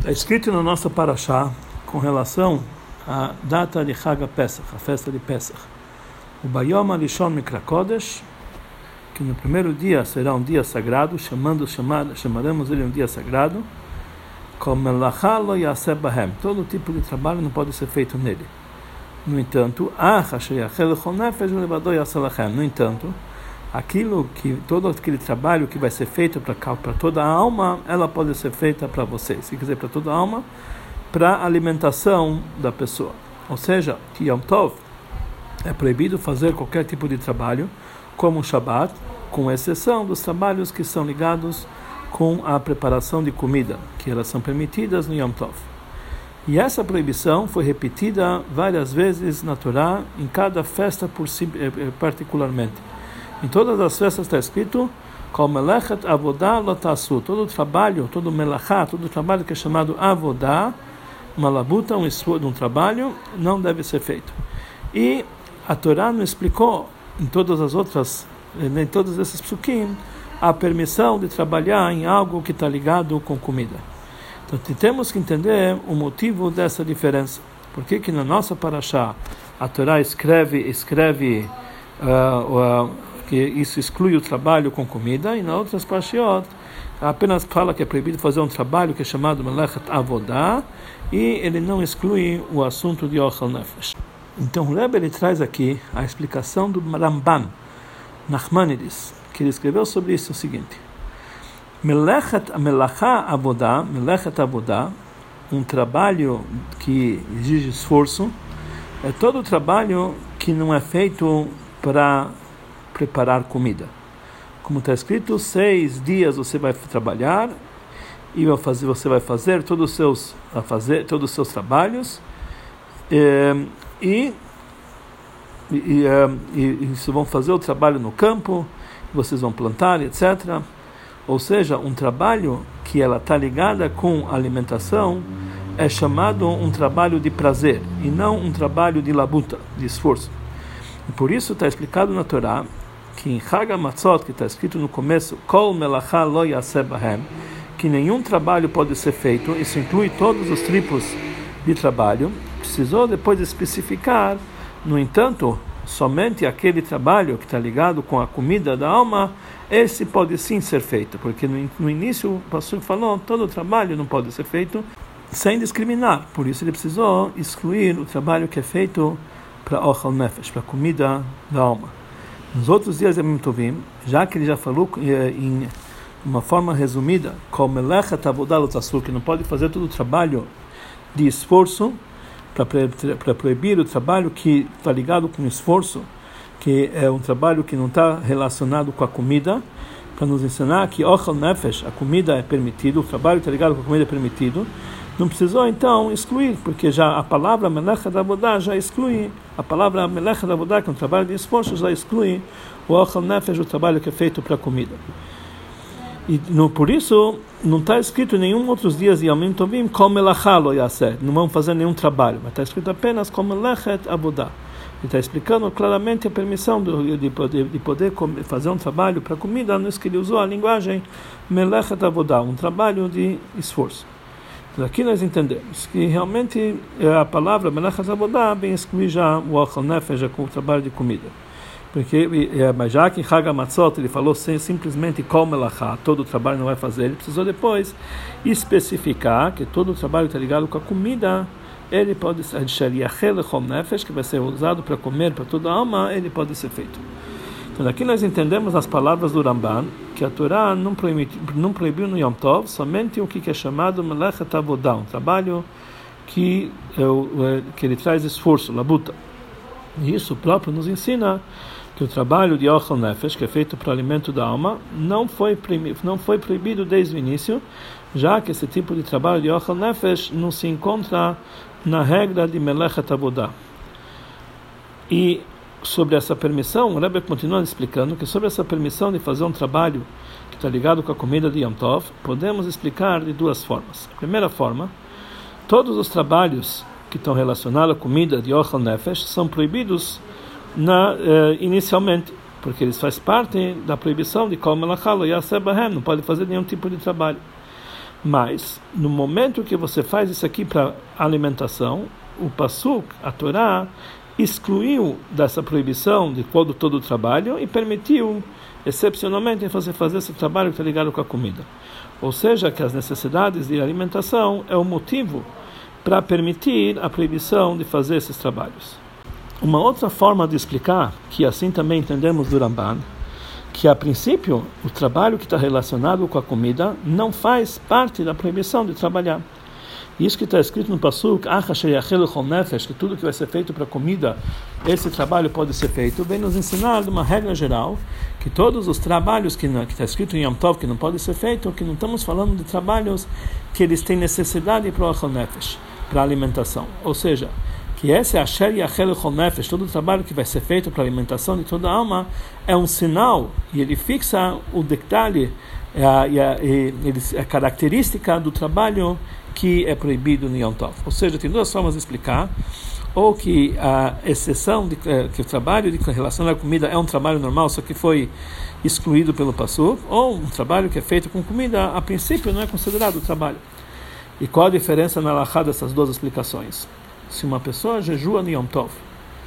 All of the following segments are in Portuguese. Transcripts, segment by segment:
Está escrito na nossa Parashá com relação à data de Chag Pesach, a festa de Pesach. O Bayom Alishon Mikra Kodesh, que no primeiro dia será um dia sagrado, chamaremos ele um dia sagrado, como Melachá lo yaseh bahem, todo tipo de trabalho não pode ser feito nele. No entanto, todo aquele trabalho que vai ser feito para toda a alma, ela pode ser feita para você. Se quiser para toda a alma, para a alimentação da pessoa. Ou seja, que Yom Tov é proibido fazer qualquer tipo de trabalho, como o Shabbat, com exceção dos trabalhos que são ligados com a preparação de comida, que elas são permitidas no Yom Tov. E essa proibição foi repetida várias vezes na Torá, em cada festa particularmente. Em todas as festas está escrito como melechet avodah lo tasu, todo trabalho, todo melachá, todo trabalho que é chamado avodah, uma labuta, um trabalho, não deve ser feito. E a Torá não explicou em todas esses psukim a permissão de trabalhar em algo que está ligado com comida. Então temos que entender o motivo dessa diferença. Por que na nossa Parashá a Torá escreve que isso exclui o trabalho com comida, e na outras Parashiot apenas fala que é proibido fazer um trabalho que é chamado Melechet Avodah, e ele não exclui o assunto de Ochel Nefesh. Então o Rebbe ele traz aqui a explicação do Ramban Nachmanides, que ele escreveu sobre isso o seguinte: Melechet Avodah, um trabalho que exige esforço, é todo trabalho que não é feito para preparar comida. Como está escrito, 6 dias você vai trabalhar e você vai fazer todos os seus trabalhos e vocês vão fazer o trabalho no campo, vocês vão plantar, etc. Ou seja, um trabalho que ela está ligada com alimentação é chamado um trabalho de prazer e não um trabalho de labuta, de esforço. E por isso está explicado na Torá que em Chag HaMatzot, que está escrito no começo, Kol melachá lo yaseh bahem, que nenhum trabalho pode ser feito, isso inclui todos os tipos de trabalho. Precisou depois especificar, no entanto, somente aquele trabalho que está ligado com a comida da alma, esse pode sim ser feito, porque no início o pastor falou, todo trabalho não pode ser feito sem discriminar, por isso ele precisou excluir o trabalho que é feito para Ochel Nefesh, para a comida da alma. Nos outros dias de Yom Tovim, já que ele já falou em uma forma resumida, como Melechet Avodah lo tasur, que não pode fazer todo o trabalho de esforço, para proibir o trabalho que está ligado com esforço, que é um trabalho que não está relacionado com a comida, para nos ensinar que Ochel Nefesh, a comida é permitido, o trabalho que está ligado com a comida é permitido. Não precisou então excluir, porque já a palavra Melechet Avodah já exclui, a palavra Melechet Avodah, que é um trabalho de esforço, já exclui o Ochel Nefesh, o trabalho que é feito para a comida. E por isso não está escrito em nenhum outros dias de Yom Tovim como Melachá lo yaseh, não vão fazer nenhum trabalho, mas está escrito apenas como Melechet Avodah. Ele está explicando claramente a permissão de poder fazer um trabalho para a comida, não é que ele usou a linguagem Melechet Avodah, um trabalho de esforço. Aqui nós entendemos que realmente a palavra Melechet Avodah bem exclui já o Ochel Nefesh, já com o trabalho de comida. Mas já que em Chag HaMatzot ele falou simplesmente Kol Melachá, todo o trabalho não vai fazer, ele precisou depois especificar que todo o trabalho está ligado com a comida, ele pode ser que vai ser usado para comer para toda a alma, ele pode ser feito. Então aqui nós entendemos as palavras do Ramban, que a Torá não proibiu no Yom Tov somente o que é chamado Melechet Avodah, um trabalho que ele traz esforço, labuta. E isso próprio nos ensina que o trabalho de Ochel Nefesh, que é feito para o alimento da alma, não foi proibido desde o início, já que esse tipo de trabalho de Ochel Nefesh não se encontra na regra de Melechet Avodah. E sobre essa permissão, o Rebbe continua explicando que sobre essa permissão de fazer um trabalho que está ligado com a comida de Yom Tov, podemos explicar de duas formas. A primeira forma, todos os trabalhos que estão relacionados à comida de Ochel Nefesh são proibidos inicialmente, porque eles fazem parte da proibição de Kol Melachá lo yaseh bahem, não pode fazer nenhum tipo de trabalho. Mas, no momento que você faz isso aqui para alimentação, o Pasuk, a Torá, excluiu dessa proibição de todo o trabalho e permitiu, excepcionalmente, você fazer esse trabalho que está ligado com a comida. Ou seja, que as necessidades de alimentação é o motivo para permitir a proibição de fazer esses trabalhos. Uma outra forma de explicar, que assim também entendemos do Ramban, que a princípio o trabalho que está relacionado com a comida não faz parte da proibição de trabalhar. Isso que está escrito no Pasuk, que tudo que vai ser feito para comida, esse trabalho pode ser feito, vem nos ensinar de uma regra geral, que todos os trabalhos que está escrito em Yom Tov, que não pode ser feito, que não estamos falando de trabalhos que eles têm necessidade para o Achel Nefesh, para a alimentação. Ou seja, que esse Asher Yachel Echol Nefesh, todo o trabalho que vai ser feito para a alimentação de toda a alma, é um sinal, e ele fixa o detalhe, a característica do trabalho que é proibido no Yom Tov. Ou seja, tem duas formas de explicar, ou que a exceção de que o trabalho de relação à comida é um trabalho normal, só que foi excluído pelo Pasuk, ou um trabalho que é feito com comida, a princípio não é considerado trabalho. E qual a diferença na halachá dessas duas explicações? Se uma pessoa jejua no Yom Tov,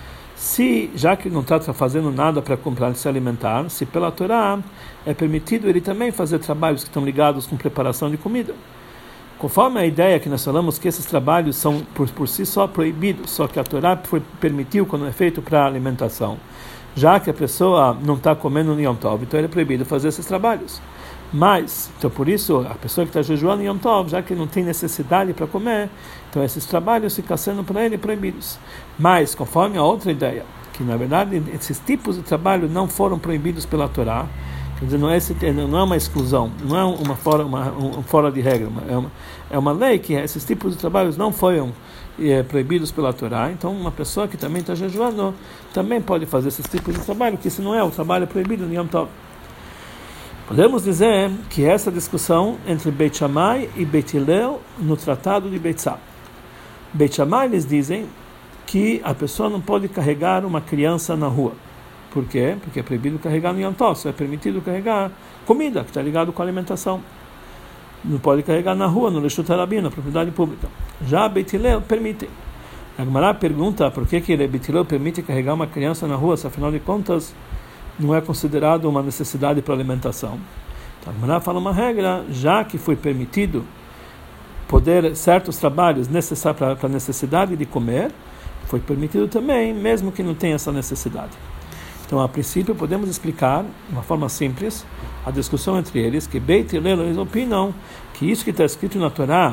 já que não está fazendo nada para se alimentar, se pela Torá é permitido ele também fazer trabalhos que estão ligados com preparação de comida. Conforme a ideia que nós falamos que esses trabalhos são por si só proibidos, só que a Torá permitiu quando é feito para alimentação, já que a pessoa não está comendo no Yom Tov, então é proibido fazer esses trabalhos. Mas, então por isso, a pessoa que está jejuando em Yom Tov, já que não tem necessidade para comer, então esses trabalhos ficam sendo para ele proibidos. Mas, conforme a outra ideia, que na verdade esses tipos de trabalho não foram proibidos pela Torá, quer dizer, não é uma exclusão, não é uma fora de regra, é uma lei que esses tipos de trabalhos não foram proibidos pela Torá. Então uma pessoa que também está jejuando também pode fazer esses tipos de trabalho, que isso não é o trabalho proibido no Yom Tov. Podemos dizer que essa discussão entre Beit Shammai e Beit Hillel no tratado de Beit Tzad. Beit Shammai eles dizem que a pessoa não pode carregar uma criança na rua. Por quê? Porque é proibido carregar no Yom Tov, só é permitido carregar comida, que está ligado com a alimentação. Não pode carregar na rua, no Reshut HaRabim, na propriedade pública. Já Beit Hillel permite. A Gemara pergunta por que Beit Hillel permite carregar uma criança na rua, se afinal de contas não é considerado uma necessidade para alimentação. Então, a Gemara fala uma regra, já que foi permitido poder certos trabalhos necessários para a necessidade de comer, foi permitido também, mesmo que não tenha essa necessidade. Então, a princípio, podemos explicar, de uma forma simples, a discussão entre eles, que Beit Hillel, eles opinam que isso que está escrito na Torá,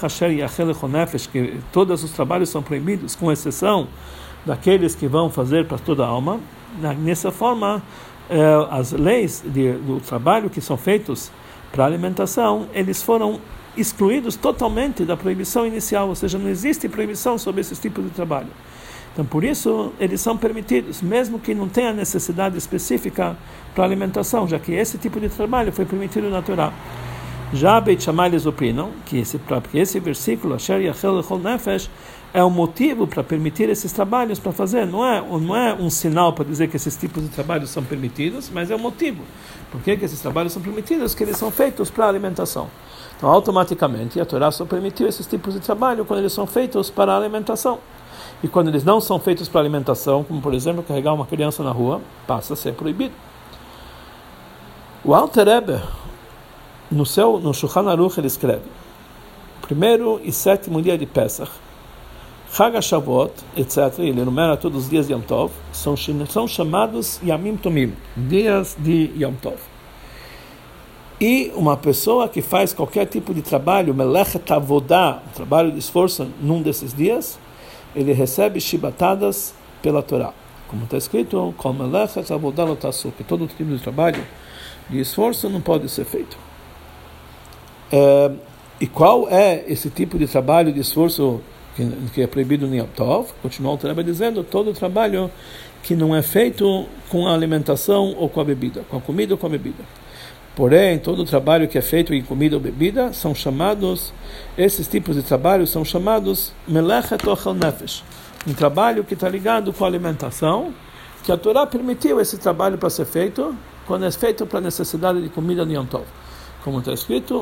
que todos os trabalhos são proibidos, com exceção daqueles que vão fazer para toda a alma. Nessa forma, as leis do trabalho que são feitos para alimentação, eles foram excluídos totalmente da proibição inicial, ou seja, não existe proibição sobre esses tipos de trabalho. Então, por isso, eles são permitidos, mesmo que não tenha necessidade específica para alimentação, já que esse tipo de trabalho foi permitido na Torá. Já Beit Shammai eles opinam que esse versículo, Asher Yachel Echol Nefesh, é um motivo para permitir esses trabalhos para fazer. Não é um sinal para dizer que esses tipos de trabalhos são permitidos, mas é um motivo. Por que esses trabalhos são permitidos? Que eles são feitos para alimentação. Então, automaticamente, a Torá só permitiu esses tipos de trabalho quando eles são feitos para alimentação. E quando eles não são feitos para alimentação, como por exemplo carregar uma criança na rua, passa a ser proibido. O Alter Rebbe, no Shulchan Aruch, ele escreve: primeiro e sétimo dia de Pesach, Chag HaShavuot, etc., ele enumera todos os dias de Yom Tov, são chamados Yamim Tomim, dias de Yom Tov. E uma pessoa que faz qualquer tipo de trabalho, Melechet Avodah, trabalho de esforço, num desses dias, ele recebe chibatadas pela Torá. Como está escrito, Kol Melechet Avodah Lo Tasu, que todo tipo de trabalho de esforço não pode ser feito. E qual é esse tipo de trabalho de esforço que é proibido no Yom Tov? Continua o Rebbe dizendo, todo trabalho que não é feito com a alimentação ou com a bebida, com a comida ou com a bebida. Porém, todo trabalho que é feito em comida ou bebida são chamados, esses tipos de trabalho são chamados Melechet Ochel Nefesh, um trabalho que está ligado com a alimentação, que a Torá permitiu esse trabalho para ser feito, quando é feito para necessidade de comida no Yom Tov. como está escrito,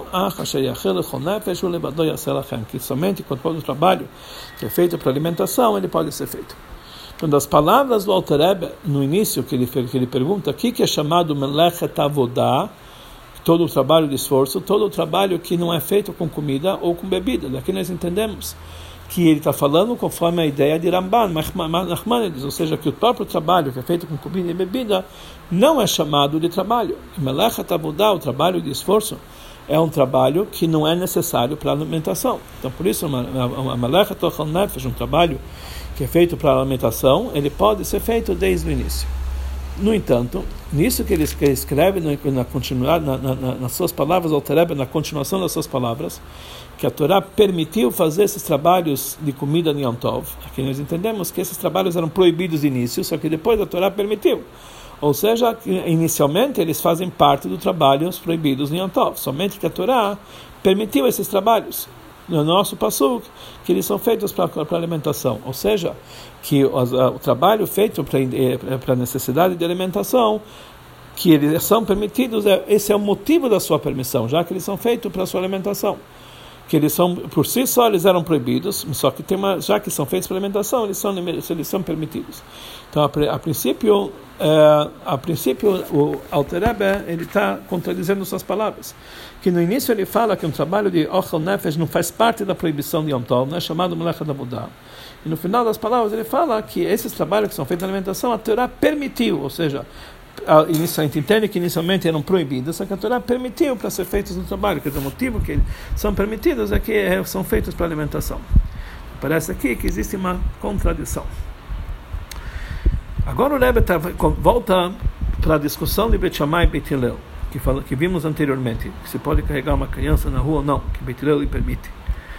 que somente quando o trabalho que é feito para alimentação, ele pode ser feito. Então, das palavras do Alter Rebbe, no início, que ele pergunta, o que é chamado Melechet Avodah, todo o trabalho de esforço, todo o trabalho que não é feito com comida ou com bebida. Daqui nós entendemos que ele está falando conforme a ideia de Ramban, Nachmanides, ou seja, que o próprio trabalho que é feito com comida e bebida não é chamado de trabalho. Melechet Avodah, o trabalho de esforço, é um trabalho que não é necessário para a alimentação. Então, por isso, a Melechet Ochel Nefesh, um trabalho que é feito para a alimentação, ele pode ser feito desde o início. No entanto, nisso que ele escreve nas suas palavras, Alter Rebbe, na continuação das suas palavras, que a Torá permitiu fazer esses trabalhos de comida no Yom Tov. Aqui nós entendemos que esses trabalhos eram proibidos de início, só que depois a Torá permitiu. Ou seja, inicialmente eles fazem parte dos trabalhos proibidos no Yom Tov, somente que a Torá permitiu esses trabalhos. No nosso Pasuk, que eles são feitos para alimentação, ou seja, que o trabalho feito para a necessidade de alimentação, que eles são permitidos, esse é o motivo da sua permissão, já que eles são feitos para a sua alimentação. Que eles são, por si só, eles eram proibidos, só que já que são feitos para alimentação, eles são permitidos. Então, a princípio, o Alter Rebbe, ele está contradizendo suas palavras. Que no início ele fala que um trabalho de Ochel Nefesh não faz parte da proibição de Yom Tov, não é chamado Melechet Avodah. E no final das palavras ele fala que esses trabalhos que são feitos na alimentação, a Torá permitiu, ou seja, a gente entende que inicialmente eram proibidos, só que a Torá permitiu para ser feitos no trabalho, que o motivo que são permitidos é que são feitos para alimentação. Parece aqui que existe uma contradição. Agora o Rebbe volta para a discussão de Beit Shammai e Beit Hillel, que vimos anteriormente, que se pode carregar uma criança na rua ou não, que Beit Hillel lhe permite.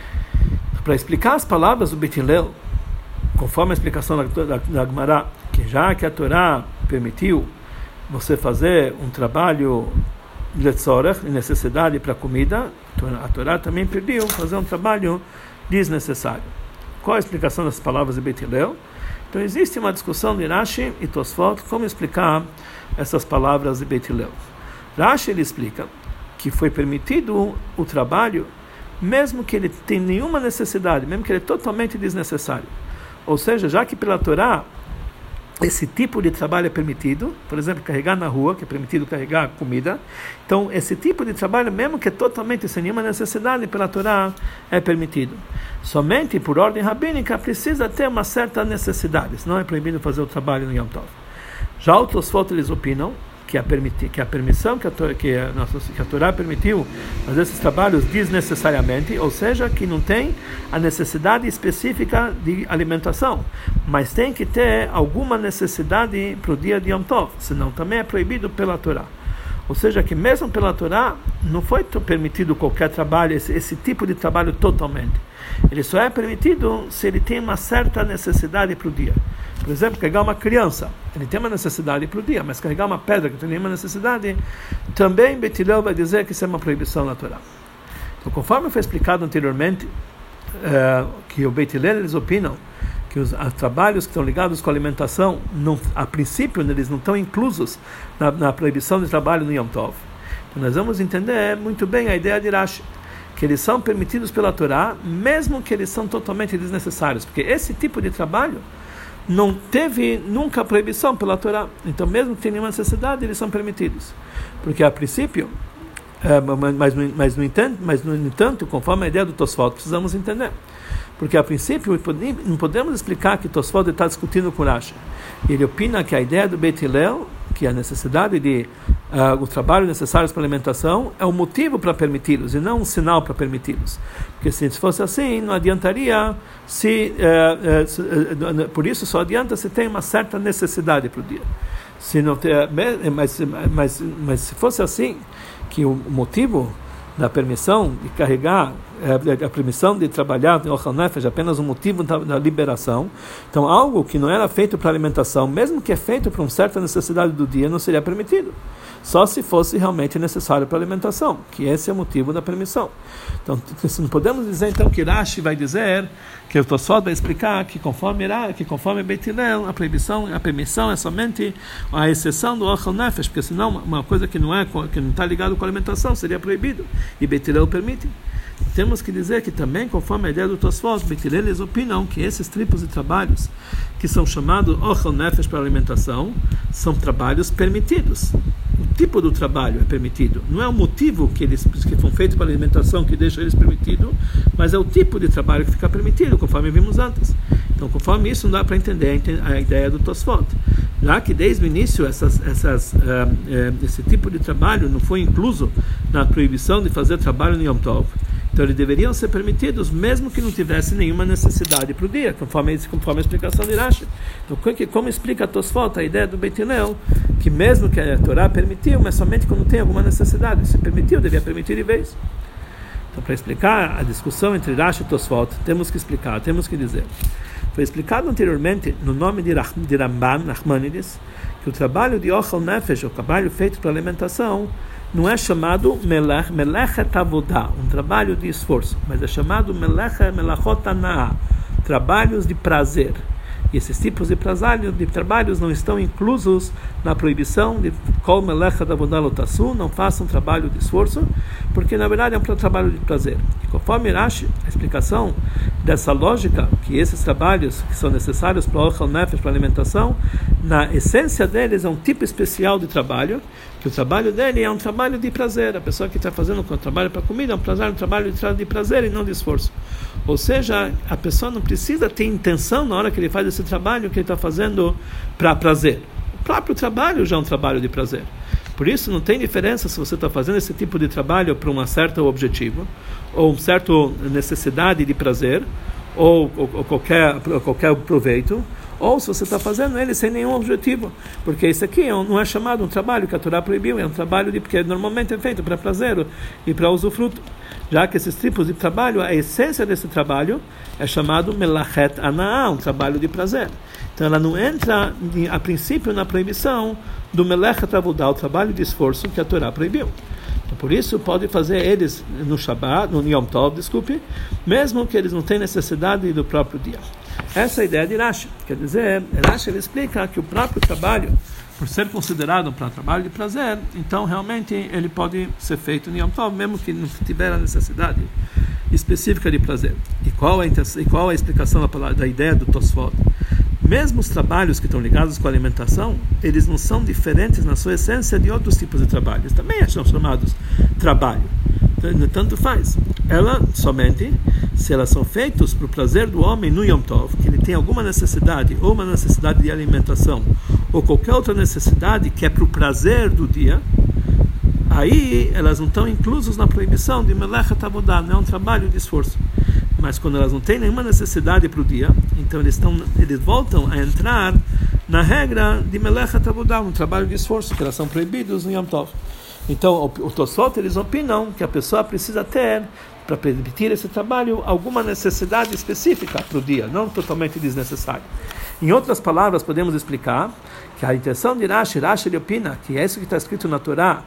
Para explicar as palavras do Beit Hillel, conforme a explicação da Gemara, que já que a Torá permitiu você fazer um trabalho de tzorech, de necessidade para comida, a Torá também pediu fazer um trabalho desnecessário. Qual a explicação das palavras de Beit Hillel? Então existe uma discussão de Rashi e Tosfot como explicar essas palavras de Beit Hillel. Rashi ele explica que foi permitido o trabalho mesmo que ele tenha nenhuma necessidade, mesmo que ele é totalmente desnecessário. Ou seja, já que pela Torá esse tipo de trabalho é permitido, por exemplo, carregar na rua, que é permitido carregar comida, então esse tipo de trabalho, mesmo que é totalmente sem nenhuma necessidade, pela Torá é permitido. Somente por ordem rabínica precisa ter uma certa necessidade, senão é proibido fazer o trabalho no Yom Tov. Já outros fotos eles opinam que a permissão que a Torá permitiu fazer esses trabalhos desnecessariamente, ou seja, que não tem a necessidade específica de alimentação, mas tem que ter alguma necessidade para o dia de Yom Tov, senão também é proibido pela Torá. Ou seja, que mesmo pela Torá não foi permitido qualquer trabalho, esse tipo de trabalho totalmente. Ele só é permitido se ele tem uma certa necessidade para o dia. Por exemplo, carregar uma criança, ele tem uma necessidade para o dia, mas carregar uma pedra que não tem nenhuma necessidade, também Beit Hillel vai dizer que isso é uma proibição na Torá. Então, conforme foi explicado anteriormente, que o Beit Hillel eles opinam que os trabalhos que estão ligados com a alimentação, a princípio, eles não estão inclusos na proibição de trabalho no Yom Tov. Então, nós vamos entender muito bem a ideia de Rashi, que eles são permitidos pela Torá, mesmo que eles são totalmente desnecessários, porque esse tipo de trabalho não teve nunca proibição pela Torá, então mesmo que tenha nenhuma necessidade, eles são permitidos, porque a princípio, mas no entanto, conforme a ideia do Tosfot, precisamos entender, porque a princípio não podemos explicar que Tosfot está discutindo com Rashi. Ele opina que a ideia do Beit Hillel, que a necessidade de o trabalho necessário para a alimentação é um motivo para permiti-los e não um sinal para permiti-los, porque se fosse assim não adiantaria por isso só adianta se tem uma certa necessidade para o dia. Se não tem, mas se fosse assim, que o motivo da permissão de carregar a permissão de trabalhar em Ochel Nefesh é apenas um motivo da liberação. Então, algo que não era feito para alimentação, mesmo que é feito para uma certa necessidade do dia, não seria permitido. Só se fosse realmente necessário para alimentação, que esse é o motivo da permissão. Então, não podemos dizer então que Rashi vai dizer, que o Tosfot vai explicar que conforme Beit Hillel, a permissão é somente a exceção do Ochel Nefesh, porque senão uma coisa que não está ligada com a alimentação seria proibido, e Beit Hillel permite. Temos que dizer que também, conforme a ideia do Tosfot, Beit Hillel, eles opinam que esses tipos de trabalhos que são chamados Ochel Nefesh para alimentação são trabalhos permitidos. O tipo do trabalho é permitido. Não é o motivo que foram feitos para alimentação que deixa eles permitidos, mas é o tipo de trabalho que fica permitido, conforme vimos antes. Então, conforme isso, não dá para entender a ideia do Tosfot. Já que desde o início esse tipo de trabalho não foi incluso na proibição de fazer trabalho no Yom Tov, então eles deveriam ser permitidos mesmo que não tivesse nenhuma necessidade para o dia, conforme a explicação de Rashi. Então, como explica Tosfot a ideia do Beit Hillel, que mesmo que a Torá permitiu, mas somente quando tem alguma necessidade, se permitiu, devia permitir de vez. Então, para explicar a discussão entre Rashi e Tosfot, temos que dizer. Foi explicado anteriormente, no nome de Ramban, Nachmanides, que o trabalho de Ochel Nefesh, o trabalho feito para alimentação, não é chamado Melechet Avodah, um trabalho de esforço, mas é chamado Melachot Hana'ah, trabalhos de prazer. E esses tipos de trabalhos não estão inclusos na proibição de Kol Melechet Avodah Lo Tasu, não façam trabalho de esforço, porque na verdade é um trabalho de prazer. E conforme Rashi, a explicação dessa lógica, que esses trabalhos que são necessários para o Ochel Nefesh, para a alimentação, na essência deles é um tipo especial de trabalho, que o trabalho dele é um trabalho de prazer. A pessoa que está fazendo o trabalho para comida é um trabalho de prazer e não de esforço. Ou seja, a pessoa não precisa ter intenção na hora que ele faz esse trabalho que ele está fazendo para prazer. O próprio trabalho já é um trabalho de prazer. Por isso não tem diferença se você está fazendo esse tipo de trabalho para um certo objetivo, ou uma certa necessidade de prazer, ou qualquer proveito, ou se você está fazendo ele sem nenhum objetivo, porque isso aqui não é chamado um trabalho que a Torá proibiu, é um trabalho porque normalmente é feito para prazer e para usufruto, já que esses tipos de trabalho, a essência desse trabalho é chamado Melachet Hana'ah, um trabalho de prazer. Então ela não entra a princípio na proibição do Melechet Avodah, o trabalho de esforço que a Torá proibiu. Então, por isso pode fazer eles no Shabbat, no Yom Tov, mesmo que eles não tenham necessidade do próprio dia. Essa é a ideia de Rashi. Quer dizer, Rashi ele explica que o próprio trabalho, por ser considerado para trabalho de prazer, então realmente ele pode ser feito no Yom Tov, mesmo que não tiver a necessidade específica de prazer. E qual a explicação da ideia do Tosfot? Mesmo os trabalhos que estão ligados com a alimentação, eles não são diferentes na sua essência de outros tipos de trabalhos. Também são chamados trabalho. Tanto faz. Ela somente, se elas são feitas para o prazer do homem no Yom Tov, que ele tem alguma necessidade, ou uma necessidade de alimentação, ou qualquer outra necessidade que é para o prazer do dia, aí elas não estão inclusas na proibição de Melechet Avodah, não é um trabalho de esforço. Mas quando elas não têm nenhuma necessidade para o dia, então eles voltam a entrar na regra de Melechet Avodah, um trabalho de esforço, que elas são proibidos no Yom Tov. Então, o Tosfot, eles opinam que a pessoa precisa ter, para permitir esse trabalho, alguma necessidade específica para o dia, não totalmente desnecessária. Em outras palavras, podemos explicar que a intenção de Rashi ele opina que é isso que está escrito na Torá,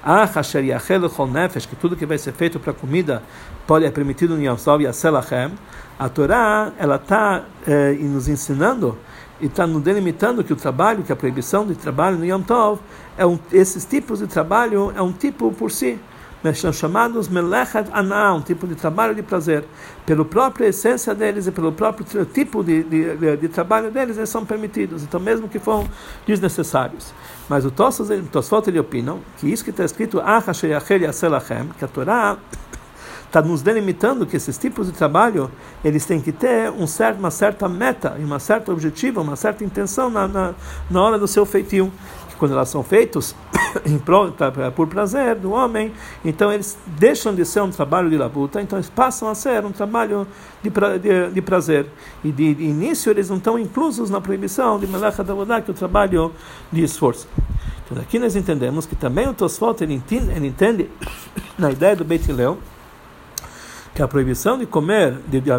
que tudo que vai ser feito para comida é permitido no Yom Tov, a Torá ela está nos ensinando e está nos delimitando que o trabalho, que a proibição de trabalho no Yom Tov, esses tipos de trabalho é um tipo por si, são chamados Melechet Hana'ah, um tipo de trabalho de prazer. Pela própria essência deles e pelo próprio tipo de trabalho deles, eles são permitidos, então mesmo que foram desnecessários. Mas o Tosfot ele opinam que isso que está escrito que a Torá está nos delimitando que esses tipos de trabalho eles têm que ter uma certa meta, um certo objetivo, uma certa intenção na hora do seu feitio. Quando elas são feitos por prazer do homem, então eles deixam de ser um trabalho de labuta, então eles passam a ser um trabalho de prazer. E de início eles não estão inclusos na proibição de Melechet Avodah, que é o trabalho de esforço. Então aqui nós entendemos que também o Tosfot ele entende na ideia do Beit Hillel que a proibição de comer,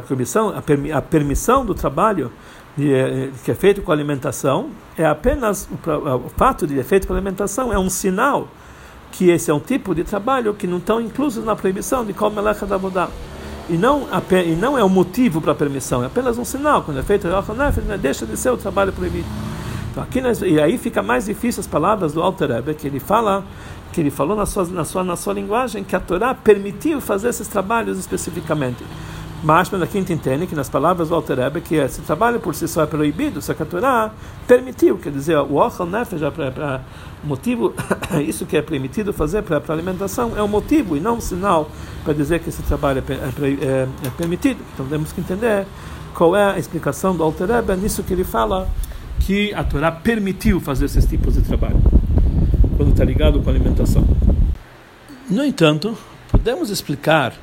a permissão do trabalho que é feito com alimentação, é apenas o fato de ser feito com alimentação é um sinal que esse é um tipo de trabalho que não estão inclusos na proibição de comer melecha da avodah. E não é o motivo para a permissão, é apenas um sinal. Quando é feito deixa de ser o trabalho proibido. Então, e aí fica mais difícil as palavras do Alter Rebbe, que ele falou na sua linguagem que a Torá permitiu fazer esses trabalhos especificamente. Mas aqui a gente entende que nas palavras do Alter Rebbe que esse trabalho por si só é proibido, só que a Torá permitiu, quer dizer, o Ochel Nefesh para motivo, isso que é permitido fazer para alimentação é um motivo e não um sinal para dizer que esse trabalho é permitido. Então temos que entender qual é a explicação do Alter Rebbe nisso que ele fala que a Torá permitiu fazer esses tipos de trabalho quando está ligado com a alimentação. No entanto, podemos explicar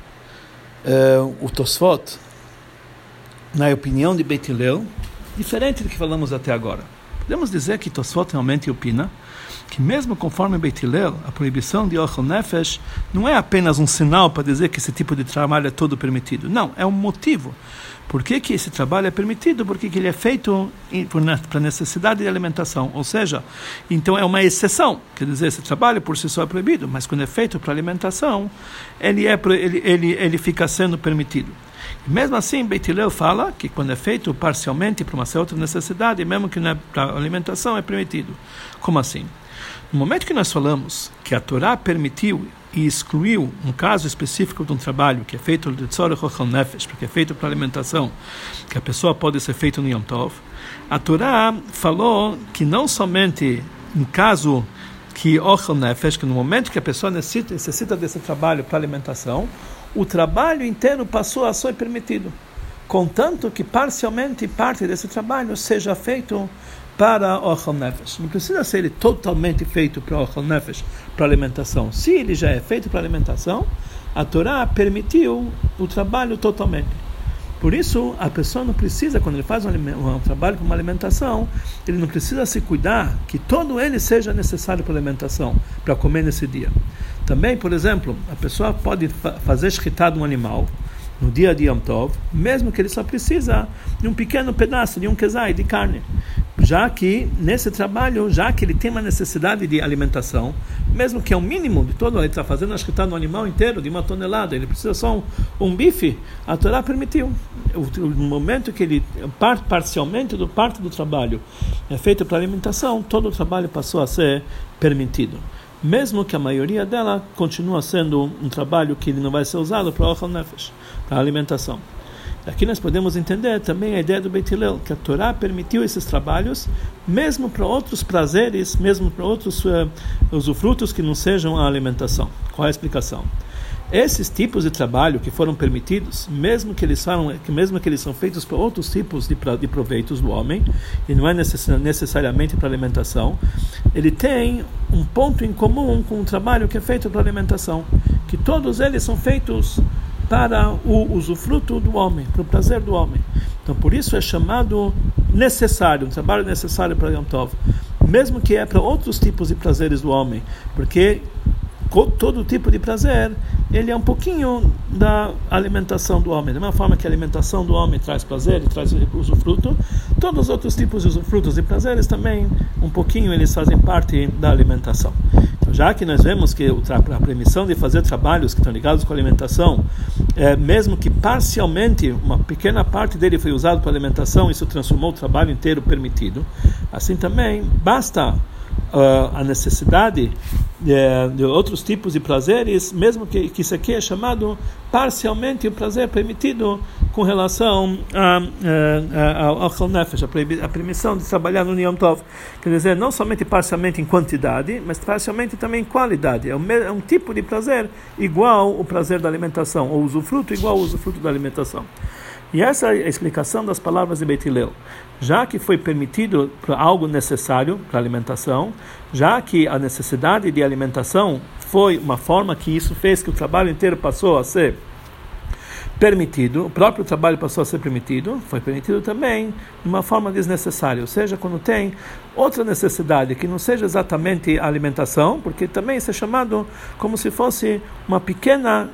o Tosfot na opinião de Beit Hillel diferente do que falamos até agora. Podemos dizer que Tosfot realmente opina que mesmo conforme Beit Hillel, a proibição de Ochel Nefesh não é apenas um sinal para dizer que esse tipo de trabalho é todo permitido. Não, é um motivo. Por que esse trabalho é permitido? Porque ele é feito para necessidade de alimentação. Ou seja, então é uma exceção. Quer dizer, esse trabalho por si só é proibido, mas quando é feito para alimentação, ele fica sendo permitido. E mesmo assim, Beit Hillel fala que quando é feito parcialmente para uma certa necessidade, mesmo que não é para alimentação, é permitido. Como assim? No momento que nós falamos que a Torá permitiu e excluiu um caso específico de um trabalho que é feito de tzorech ochel nefesh, porque é feito para alimentação, que a pessoa pode ser feito no Yom Tov, a Torá falou que não somente em caso que ochel nefesh, que no momento que a pessoa necessita desse trabalho para alimentação, o trabalho inteiro passou a ser permitido, contanto que parcialmente parte desse trabalho seja feito para Ochel Nefesh. Não precisa ser ele totalmente feito para Ochel Nefesh, para alimentação. Se ele já é feito para alimentação, a Torá permitiu o trabalho totalmente. Por isso, a pessoa não precisa, quando ele faz um trabalho com uma alimentação, ele não precisa se cuidar que todo ele seja necessário para alimentação, para comer nesse dia. Também, por exemplo, a pessoa pode fazer shritá de um animal no dia de Yom Tov, mesmo que ele só precisa de um pequeno pedaço, de um kezai, de carne. Já que nesse trabalho, já que ele tem uma necessidade de alimentação, mesmo que é o mínimo de todo, ele está fazendo a shritá no animal inteiro, de 1 tonelada, ele precisa só um bife, a Torá permitiu. No momento que ele parcialmente do parte do trabalho é feito para alimentação, todo o trabalho passou a ser permitido. Mesmo que a maioria dela continua sendo um trabalho que ele não vai ser usado para Ochel Nefesh, para alimentação. Aqui nós podemos entender também a ideia do Beit Hillel, que a Torá permitiu esses trabalhos, mesmo para outros prazeres, mesmo para outros usufrutos que não sejam a alimentação. Qual é a explicação? Esses tipos de trabalho que foram permitidos, mesmo que eles são feitos para outros tipos de proveitos do homem, e não é necessariamente para alimentação, ele tem um ponto em comum com o trabalho que é feito para alimentação, que todos eles são feitos para o usufruto do homem, para o prazer do homem. Então, por isso é chamado necessário, um trabalho necessário para Yom Tov, mesmo que é para outros tipos de prazeres do homem, porque todo tipo de prazer, ele é um pouquinho da alimentação do homem. Da mesma forma que a alimentação do homem traz prazer e traz usufruto, todos os outros tipos de usufrutos e prazeres também, um pouquinho, eles fazem parte da alimentação. Então, já que nós vemos que a permissão de fazer trabalhos que estão ligados com a alimentação, mesmo que parcialmente, uma pequena parte dele foi usado para alimentação, isso transformou o trabalho inteiro permitido, assim também, basta a necessidade de outros tipos de prazeres, mesmo que isso aqui é chamado parcialmente o prazer permitido com relação ao Ochel Nefesh, a permissão de trabalhar no Yom Tov. Quer dizer, não somente parcialmente em quantidade, mas parcialmente também em qualidade. É um tipo de prazer igual o prazer da alimentação, ou usufruto igual ao usufruto da alimentação. E essa é a explicação das palavras de Beit Hillel. Já que foi permitido para algo necessário para a alimentação, já que a necessidade de alimentação foi uma forma que isso fez que o trabalho inteiro passou a ser permitido, o próprio trabalho passou a ser permitido, foi permitido também de uma forma desnecessária, ou seja, quando tem outra necessidade que não seja exatamente a alimentação, porque também isso é chamado como se fosse uma pequena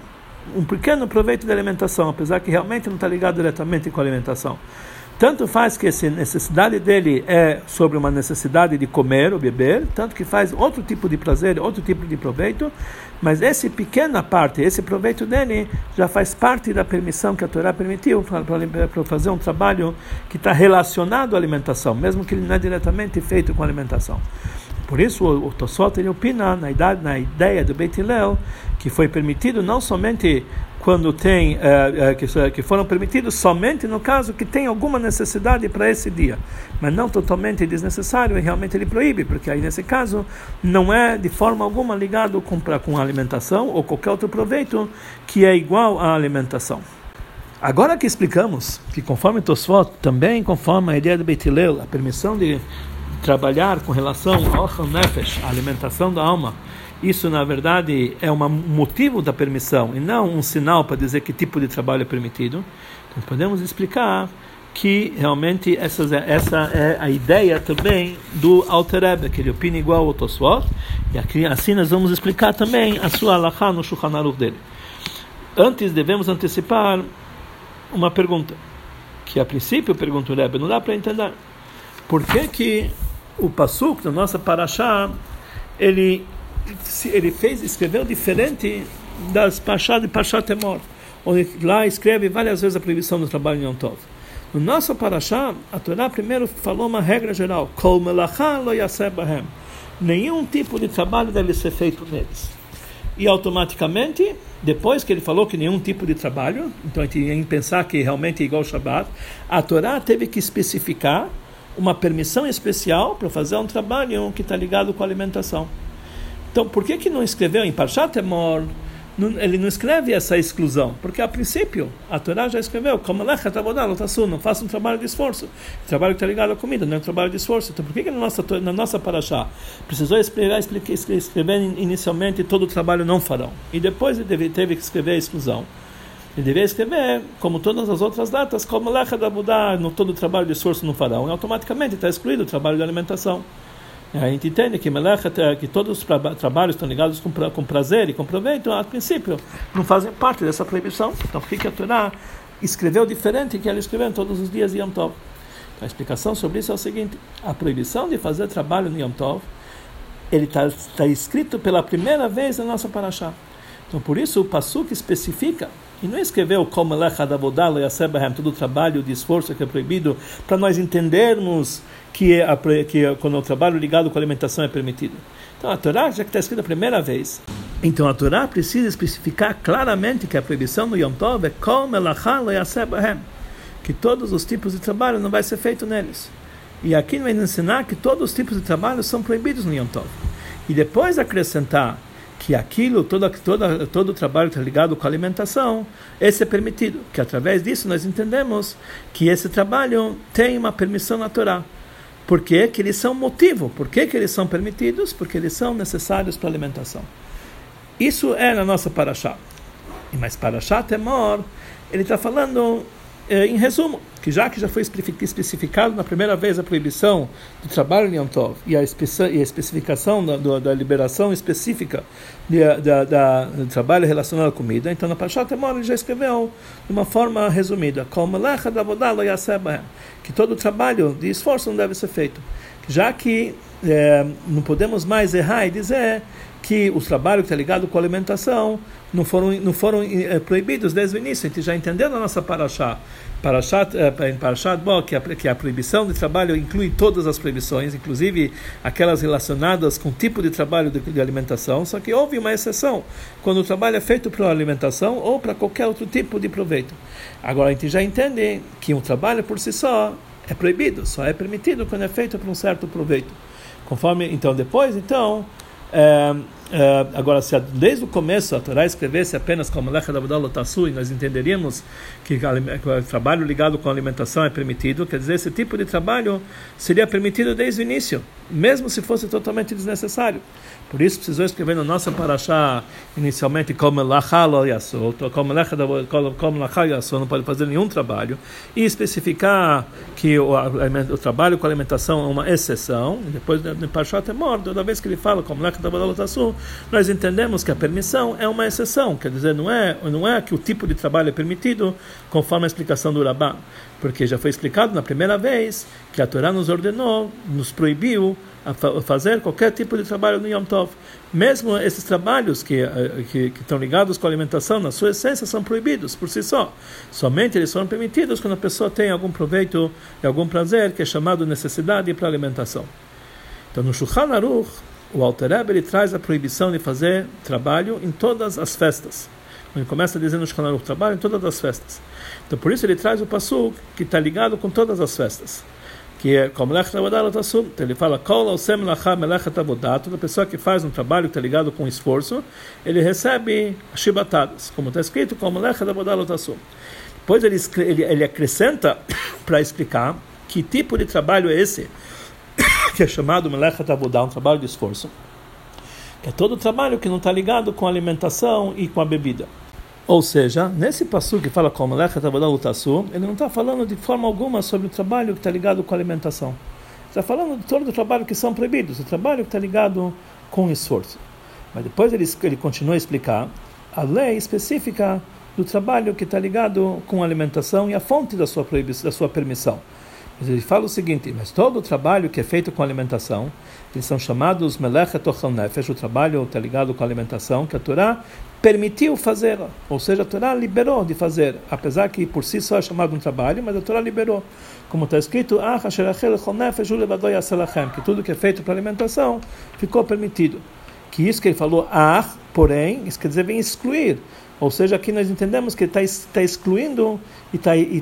um pequeno proveito da alimentação, apesar que realmente não está ligado diretamente com a alimentação. Tanto faz que essa necessidade dele é sobre uma necessidade de comer ou beber, tanto que faz outro tipo de prazer, outro tipo de proveito, mas essa pequena parte, esse proveito dele, já faz parte da permissão que a Torá permitiu para fazer um trabalho que está relacionado à alimentação, mesmo que ele não é diretamente feito com a alimentação. Por isso o Tosfot ele opina na ideia do Beit Hillel que foi permitido não somente quando tem que foram permitidos somente no caso que tem alguma necessidade para esse dia, mas não totalmente desnecessário, e realmente ele proíbe, porque aí nesse caso não é de forma alguma ligado com a alimentação ou qualquer outro proveito que é igual à alimentação. Agora que explicamos que conforme Tosfot, também conforme a ideia do Beit Hillel, a permissão de trabalhar com relação ao Ochel Nefesh, a alimentação da alma, isso na verdade é um motivo da permissão e não um sinal para dizer que tipo de trabalho é permitido. Então podemos explicar que realmente essa é a ideia também do Alter Rebbe, que ele opina igual ao Tosfot, e aqui, assim nós vamos explicar também a sua halakha no Shulchan Aruch dele. Antes devemos antecipar uma pergunta, que a princípio pergunta o Rebbe, não dá para entender por que o Pasuk da nossa Parashá ele escreveu diferente das Parashá de Parashat Emor, onde lá escreve várias vezes a proibição do trabalho em Yom Tov. No nosso Parashá, a Torá primeiro falou uma regra geral: Kol melachá lo yaseh bahem. Nenhum tipo de trabalho deve ser feito neles. E automaticamente, depois que ele falou que nenhum tipo de trabalho, então a gente tem que pensar que realmente é igual ao Shabbat, a Torá teve que especificar uma permissão especial para fazer um trabalho que está ligado com a alimentação. Então, por que não escreveu em Parashat Emor? Ele não escreve essa exclusão, porque a princípio a Torá já escreveu como não faça um trabalho de esforço, o trabalho que está ligado à comida não é um trabalho de esforço. Então por que na nossa Parashá precisou escrever inicialmente todo o trabalho não farão, e depois ele teve que escrever a exclusão? Ele deveria escrever, como todas as outras datas, como no todo o trabalho de esforço não farão, e automaticamente está excluído o trabalho de alimentação. A gente entende que todos os trabalhos estão ligados com prazer e com proveito, a princípio não fazem parte dessa proibição. Então por que a Torá escreveu diferente que ela escreveu em todos os dias de Yom Tov? Então, a explicação sobre isso é o seguinte: a proibição de fazer trabalho no Yom Tov, ele está escrito pela primeira vez na nossa Parashá. Então por isso o Pasuk especifica, e não escreveu como todo o trabalho de esforço que é proibido, para nós entendermos que quando o trabalho ligado com a alimentação é permitido. Então a Torá, já que está escrita a primeira vez, então a Torá precisa especificar claramente que a proibição no Yom Tov é que todos os tipos de trabalho não vai ser feito neles. E aqui vai ensinar que todos os tipos de trabalho são proibidos no Yom Tov. E depois acrescentar que aquilo, todo o trabalho que está ligado com a alimentação, esse é permitido, que através disso nós entendemos que esse trabalho tem uma permissão na Torá. Por que eles são motivo? Por que eles são permitidos? Porque eles são necessários para a alimentação. Isso é na nossa Parashá. Mas Parashat Emor, ele está falando, em resumo, que já foi especificado na primeira vez a proibição do trabalho em Yom Tov e a especificação da liberação específica do trabalho relacionado à comida, então na Parashat Emor ele já escreveu de uma forma resumida que todo o trabalho de esforço não deve ser feito, já que não podemos mais errar e dizer que os trabalhos que estão ligados com a alimentação não foram proibidos desde o início. A gente já entendeu na nossa Parashá em Parashat Bo, que a proibição de trabalho inclui todas as proibições, inclusive aquelas relacionadas com o tipo de trabalho de alimentação, só que houve uma exceção, quando o trabalho é feito para a alimentação ou para qualquer outro tipo de proveito. Agora a gente já entende que um trabalho por si só é proibido, só é permitido quando é feito para um certo proveito. Agora, se desde o começo a Torá escrevesse apenas como Lechat Avodah Lo Tasu, e nós entenderíamos que o trabalho ligado com a alimentação é permitido, quer dizer, esse tipo de trabalho seria permitido desde o início, mesmo se fosse totalmente desnecessário. Por isso precisou escrever na nossa Parashá inicialmente como Lachá Lo Yasu, como Lachá Yasu, não pode fazer nenhum trabalho, e especificar que o trabalho com a alimentação é uma exceção. E depois no Parashat Emor, toda vez que ele fala como Lechat Avodah Lo Tasu, nós entendemos que a permissão é uma exceção, quer dizer, não é que o tipo de trabalho é permitido conforme a explicação do Rabban, porque já foi explicado na primeira vez que a Torá nos ordenou, nos proibiu a fazer qualquer tipo de trabalho no Yom Tov. Mesmo esses trabalhos que estão ligados com a alimentação, na sua essência, são proibidos por si só. Somente eles são permitidos quando a pessoa tem algum proveito e algum prazer, que é chamado necessidade para a alimentação. Então, no Shulchan Aruch, o Alter Rebbe ele traz a proibição de fazer trabalho em todas as festas. Ele começa dizendo no Shulchan Aruch, trabalho em todas as festas. Então, por isso ele traz o Pasuk, que está ligado com todas as festas, que é como ele fala, toda pessoa que faz um trabalho que está ligado com esforço, ele recebe chibatadas, como está escrito, depois ele acrescenta para explicar que tipo de trabalho é esse, que é chamado melechat avodah, um trabalho de esforço, que é todo trabalho que não está ligado com a alimentação e com a bebida. Ou seja, nesse passuco que fala como ele não está falando de forma alguma sobre o trabalho que está ligado com a alimentação. Está falando de todo o trabalho que são proibidos, o trabalho que está ligado com o esforço. Mas depois ele continua a explicar a lei específica do trabalho que está ligado com a alimentação e a fonte da sua permissão. Mas ele fala o seguinte, mas todo o trabalho que é feito com alimentação, eles são chamados melechet ochel nefesh, o trabalho está ligado com a alimentação, que a Torá permitiu fazer, ou seja, a Torá liberou de fazer, apesar que por si só é chamado um trabalho, mas a Torá liberou. Como está escrito, que tudo que é feito para alimentação ficou permitido. Que isso que ele falou, porém, isso quer dizer, vem excluir. Ou seja, aqui nós entendemos que está excluindo e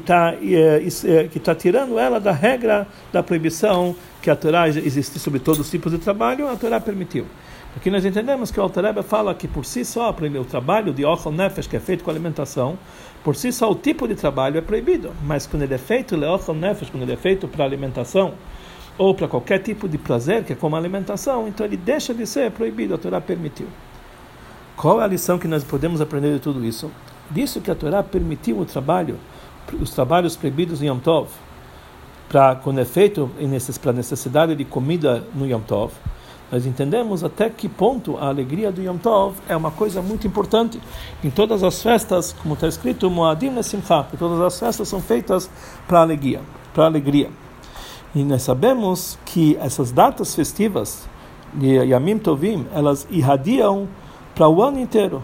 está tirando ela da regra da proibição que a Torá existe sobre todos os tipos de trabalho, a Torá permitiu. Aqui nós entendemos que o Alter Rebbe fala que por si só o trabalho de ochel nefesh, que é feito com alimentação, por si só o tipo de trabalho é proibido, mas quando ele é feito leochel nefesh, quando ele é feito para alimentação ou para qualquer tipo de prazer que é como alimentação, então ele deixa de ser proibido, a Torá permitiu. Qual é a lição que nós podemos aprender de tudo isso? Disso que a Torá permitiu os trabalhos proibidos em Yom Tov, quando é feito para necessidade de comida no Yom Tov, nós entendemos até que ponto a alegria do Yom Tov é uma coisa muito importante. Em todas as festas, como está escrito, Moadim Lesimcha, que todas as festas são feitas para alegria. E nós sabemos que essas datas festivas de Yamim Tovim, elas irradiam para o ano inteiro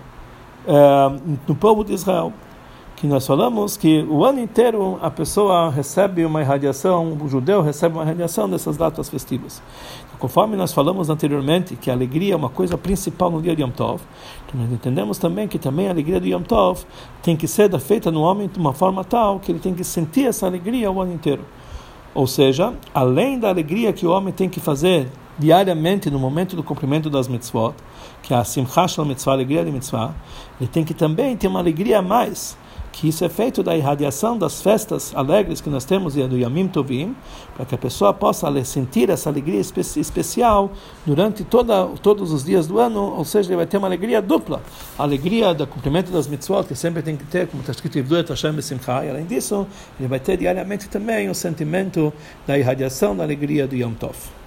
no povo de Israel. Que nós falamos que o ano inteiro a pessoa recebe uma irradiação, o judeu recebe uma irradiação dessas datas festivas. Conforme nós falamos anteriormente, que a alegria é uma coisa principal no dia de Yom Tov, então nós entendemos também que também a alegria de Yom Tov tem que ser feita no homem de uma forma tal que ele tem que sentir essa alegria o ano inteiro. Ou seja, além da alegria que o homem tem que fazer diariamente no momento do cumprimento das mitzvot, que é a simcha shel mitzvah, a alegria de mitzvah, ele tem que também ter uma alegria a mais, que isso é feito da irradiação das festas alegres que nós temos do Yamim Tovim, para que a pessoa possa sentir essa alegria especial durante todos os dias do ano, ou seja, ele vai ter uma alegria dupla, a alegria do cumprimento das mitzvot, que sempre tem que ter, como está escrito, Ivdu et Hashem b'simcha, e além disso, ele vai ter diariamente também o sentimento da irradiação da alegria do Yom Tov.